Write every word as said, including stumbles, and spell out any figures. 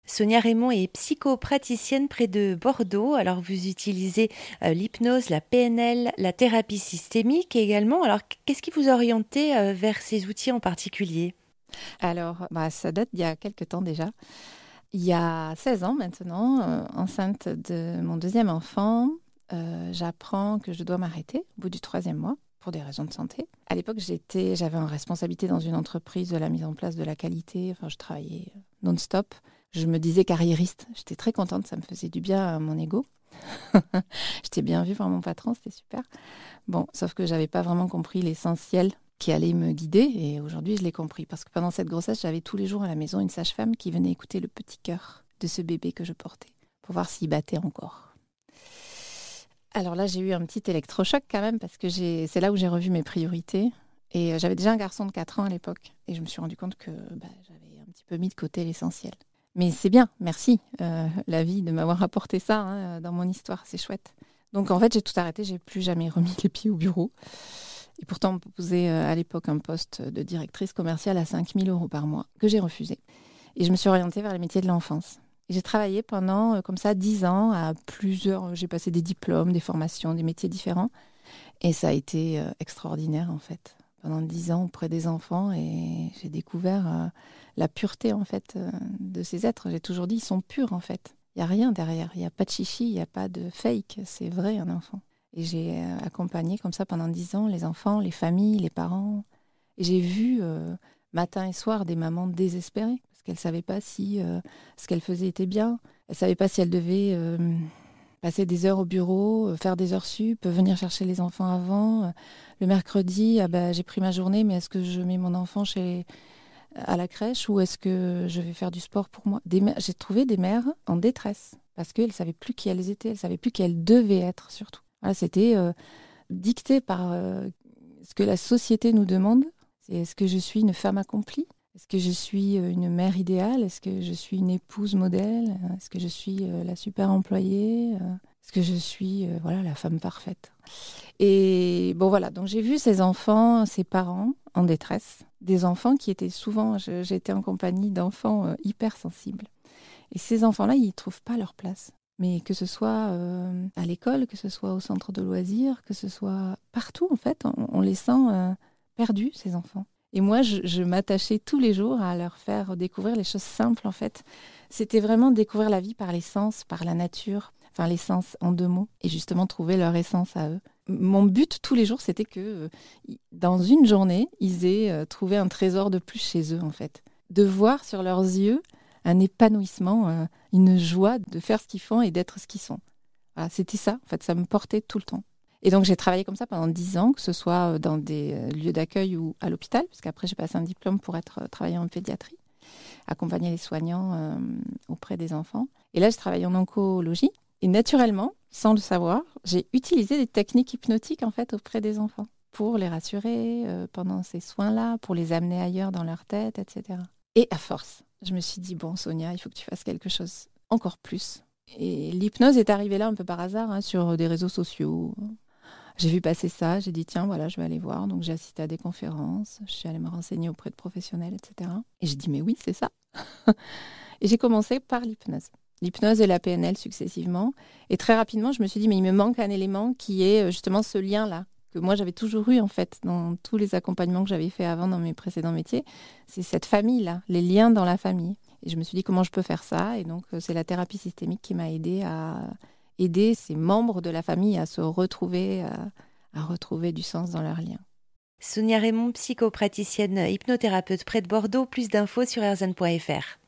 Sonia Raymond est psychopraticienne près de Bordeaux. Alors, vous utilisez euh, l'hypnose, la P N L, la thérapie systémique également. Alors, qu'est-ce qui vous a orienté euh, vers ces outils en particulier? Alors, bah, ça date d'il y a quelques temps déjà. Il y a seize ans maintenant, euh, enceinte de mon deuxième enfant, euh, j'apprends que je dois m'arrêter au bout du troisième mois pour des raisons de santé. À l'époque, j'étais, j'avais en responsabilité dans une entreprise de la mise en place de la qualité. Enfin, je travaillais non-stop. Je me disais carriériste. J'étais très contente, ça me faisait du bien à mon ego. J'étais bien vue par mon patron, c'était super. Bon, sauf que j'avais pas vraiment compris l'essentiel qui allait me guider, et aujourd'hui je l'ai compris, parce que pendant cette grossesse, j'avais tous les jours à la maison une sage-femme qui venait écouter le petit cœur de ce bébé que je portais, pour voir s'il battait encore. Alors là, j'ai eu un petit électrochoc quand même, parce que j'ai... c'est là où j'ai revu mes priorités, et euh, j'avais déjà un garçon de quatre ans à l'époque, et je me suis rendu compte que bah, j'avais un petit peu mis de côté l'essentiel. Mais c'est bien, merci, euh, la vie, de m'avoir apporté ça hein, dans mon histoire, c'est chouette. Donc en fait, j'ai tout arrêté, j'ai plus jamais remis les pieds au bureau. Et pourtant, on me proposait euh, à l'époque un poste de directrice commerciale à cinq mille euros par mois, que j'ai refusé. Et je me suis orientée vers les métiers de l'enfance. Et j'ai travaillé pendant, euh, comme ça, dix ans à plusieurs... J'ai passé des diplômes, des formations, des métiers différents. Et ça a été euh, extraordinaire, en fait. Pendant dix ans auprès des enfants. Et j'ai découvert euh, la pureté, en fait, euh, de ces êtres. J'ai toujours dit, ils sont purs, en fait. Il n'y a rien derrière. Il n'y a pas de chichi, il n'y a pas de fake. C'est vrai, un enfant. Et j'ai accompagné comme ça pendant dix ans les enfants, les familles, les parents. Et j'ai vu euh, matin et soir des mamans désespérées parce qu'elles ne savaient pas si euh, ce qu'elles faisaient était bien. Elles ne savaient pas si elles devaient euh, passer des heures au bureau, euh, faire des heures sup, venir chercher les enfants avant. Le mercredi, ah bah, j'ai pris ma journée, mais est-ce que je mets mon enfant chez... à la crèche ou est-ce que je vais faire du sport pour moi? Des mères... J'ai trouvé des mères en détresse parce qu'elles ne savaient plus qui elles étaient, elles ne savaient plus qui elles devaient être surtout. Voilà, c'était euh, dicté par euh, ce que la société nous demande. C'est, est-ce que je suis une femme accomplie? Est-ce que je suis euh, une mère idéale? Est-ce que je suis une épouse modèle? Est-ce que je suis euh, la super employée? euh, Est-ce que je suis euh, voilà, la femme parfaite? Et bon voilà, donc j'ai vu ces enfants, ces parents en détresse, des enfants qui étaient souvent, je, j'étais en compagnie d'enfants euh, hypersensibles. Et ces enfants-là, ils ne trouvent pas leur place. Mais que ce soit euh, à l'école, que ce soit au centre de loisirs, que ce soit partout, en fait, on, on les sent euh, perdus, ces enfants. Et moi, je, je m'attachais tous les jours à leur faire découvrir les choses simples, en fait. C'était vraiment découvrir la vie par les sens, par la nature, enfin les sens en deux mots, et justement trouver leur essence à eux. Mon but tous les jours, c'était que euh, dans une journée, ils aient euh, trouvé un trésor de plus chez eux, en fait. De voir sur leurs yeux un épanouissement, euh, une joie de faire ce qu'ils font et d'être ce qu'ils sont. Voilà, c'était ça, en fait, ça me portait tout le temps. Et donc j'ai travaillé comme ça pendant dix ans, que ce soit dans des euh, lieux d'accueil ou à l'hôpital, parce qu'après j'ai passé un diplôme pour être euh, travailler en pédiatrie, accompagner les soignants euh, auprès des enfants. Et là, je travaille en oncologie. Et naturellement, sans le savoir, j'ai utilisé des techniques hypnotiques en fait auprès des enfants pour les rassurer euh, pendant ces soins-là, pour les amener ailleurs dans leur tête, et cetera. Et à force, je me suis dit, bon, Sonia, il faut que tu fasses quelque chose encore plus. Et l'hypnose est arrivée là un peu par hasard, hein, sur des réseaux sociaux. J'ai vu passer ça, j'ai dit, tiens, voilà, je vais aller voir. Donc j'ai assisté à des conférences, je suis allée me renseigner auprès de professionnels, et cetera. Et j'ai dit, mais oui, c'est ça. Et j'ai commencé par l'hypnose. L'hypnose et la P N L successivement. Et très rapidement, je me suis dit, mais il me manque un élément qui est justement ce lien-là, que moi j'avais toujours eu en fait dans tous les accompagnements que j'avais fait avant dans mes précédents métiers. C'est cette famille-là, les liens dans la famille. Et je me suis dit, comment je peux faire ça? Et donc, c'est la thérapie systémique qui m'a aidée à aider ces membres de la famille à se retrouver, à, à retrouver du sens dans leurs liens. Sonia Raymond, psychopraticienne hypnothérapeute près de Bordeaux. Plus d'infos sur erzen point f r.